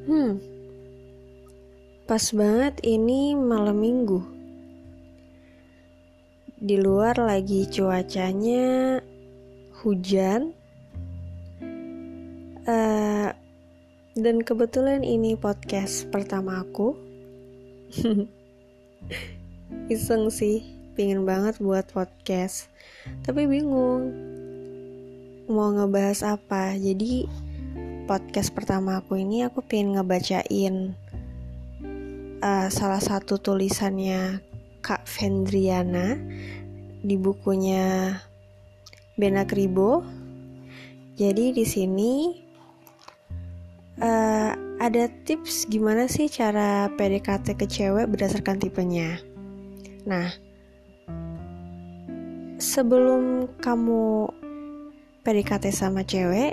Hmm, pas banget ini malam minggu. Di luar lagi cuacanya hujan. Dan kebetulan ini podcast pertama aku. Iseng sih, pengen banget buat podcast. Tapi bingung mau ngebahas apa. Jadi podcast pertama aku ini aku pengen ngebacain salah satu tulisannya Kak Fendriana di bukunya Benak Ribo. Jadi di sini ada tips gimana sih cara PDKT ke cewek berdasarkan tipenya. Nah, sebelum kamu PDKT sama cewek,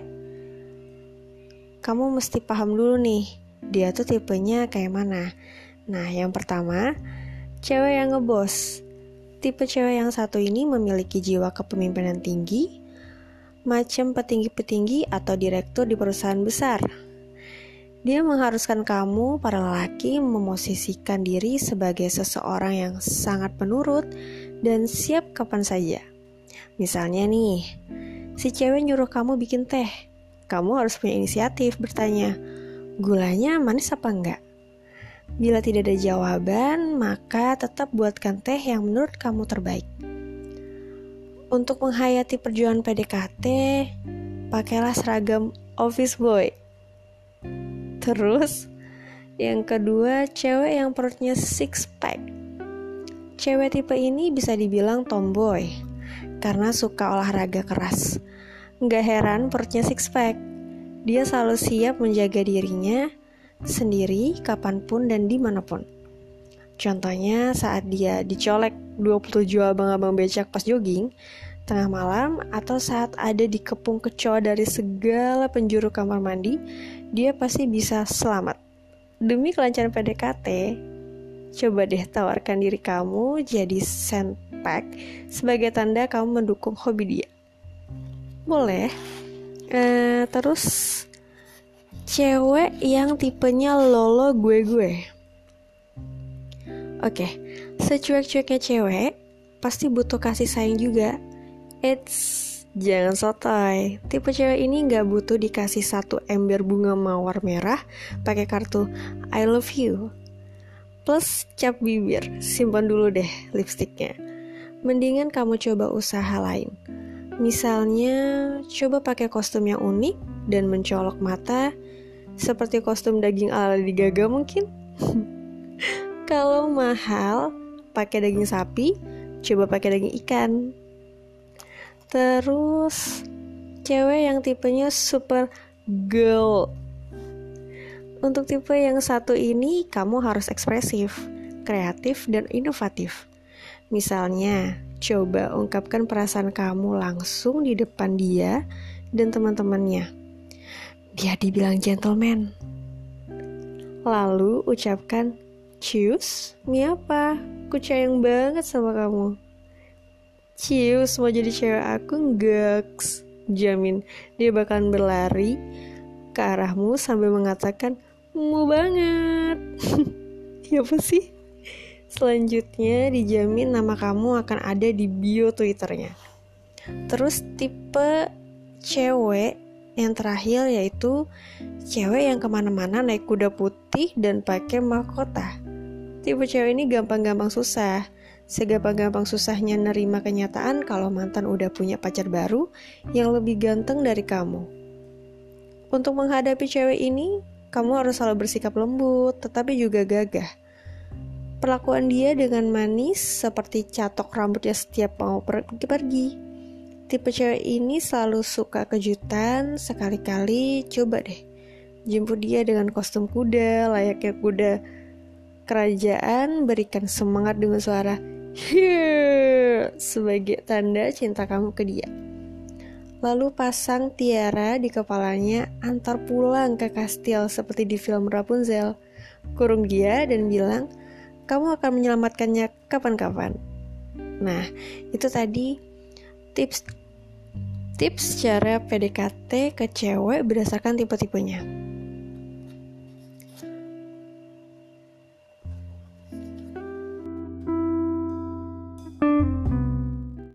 kamu mesti paham dulu nih, dia tuh tipenya kayak mana. Nah, yang pertama, cewek yang ngebos. Tipe cewek yang satu ini memiliki jiwa kepemimpinan tinggi, macam petinggi-petinggi atau direktur di perusahaan besar. Dia mengharuskan kamu, para lelaki, memosisikan diri sebagai seseorang yang sangat penurut dan siap kapan saja. Misalnya nih, si cewek nyuruh kamu bikin teh. Kamu harus punya inisiatif bertanya, gulanya manis apa enggak? Bila tidak ada jawaban, maka tetap buatkan teh yang menurut kamu terbaik. Untuk menghayati perjuangan PDKT, pakailah seragam office boy. Terus, yang kedua, cewek yang perutnya six pack. Cewek tipe ini bisa dibilang tomboy, karena suka olahraga keras. Nggak heran perutnya six pack. Dia selalu siap menjaga dirinya sendiri kapanpun dan dimanapun. Contohnya saat dia dicolek 27 abang-abang becak pas jogging tengah malam, atau saat ada dikepung kecoa dari segala penjuru kamar mandi, dia pasti bisa selamat. Demi kelancaran PDKT, coba deh tawarkan diri kamu jadi sandpack sebagai tanda kamu mendukung hobi dia. Boleh. Terus cewek yang tipenya lolo gue. Oke, secuek-cueknya cewek pasti butuh kasih sayang juga. Jangan sotoy. Tipe cewek ini gak butuh dikasih satu ember bunga mawar merah pakai kartu I love you plus cap bibir. Simpan dulu deh lipstiknya. Mendingan kamu coba usaha lain. Misalnya coba pakai kostum yang unik dan mencolok mata, seperti kostum daging ala Lady Gaga mungkin. Kalau mahal pakai daging sapi, coba pakai daging ikan. Terus cewek yang tipenya super girl. Untuk tipe yang satu ini kamu harus ekspresif, kreatif, dan inovatif. Misalnya, coba ungkapkan perasaan kamu langsung di depan dia dan teman-temannya. Biar dibilang gentleman. Lalu ucapkan, "Cius, mi apa? Ku sayang banget sama kamu." Cius, mau jadi cewek aku gaks. Jamin dia bakalan berlari ke arahmu sambil mengatakan, "Mau banget." Ya apa sih? Selanjutnya dijamin nama kamu akan ada di bio Twitternya. Terus tipe cewek yang terakhir yaitu cewek yang kemana-mana naik kuda putih dan pakai mahkota. Tipe cewek ini gampang-gampang susah. Segampang-gampang susahnya nerima kenyataan kalau mantan udah punya pacar baru yang lebih ganteng dari kamu. Untuk menghadapi cewek ini, kamu harus selalu bersikap lembut, tetapi juga gagah. Perlakuan dia dengan manis seperti catok rambutnya setiap mau pergi. Tipe cewek ini selalu suka kejutan, sekali-kali coba deh jemput dia dengan kostum kuda, layaknya kuda kerajaan, berikan semangat dengan suara "Here" sebagai tanda cinta kamu ke dia. Lalu pasang tiara di kepalanya, antar pulang ke kastil seperti di film Rapunzel. Kurung dia dan bilang, kamu akan menyelamatkannya kapan-kapan. Nah, itu tadi tips cara PDKT ke cewek berdasarkan tipe-tipenya.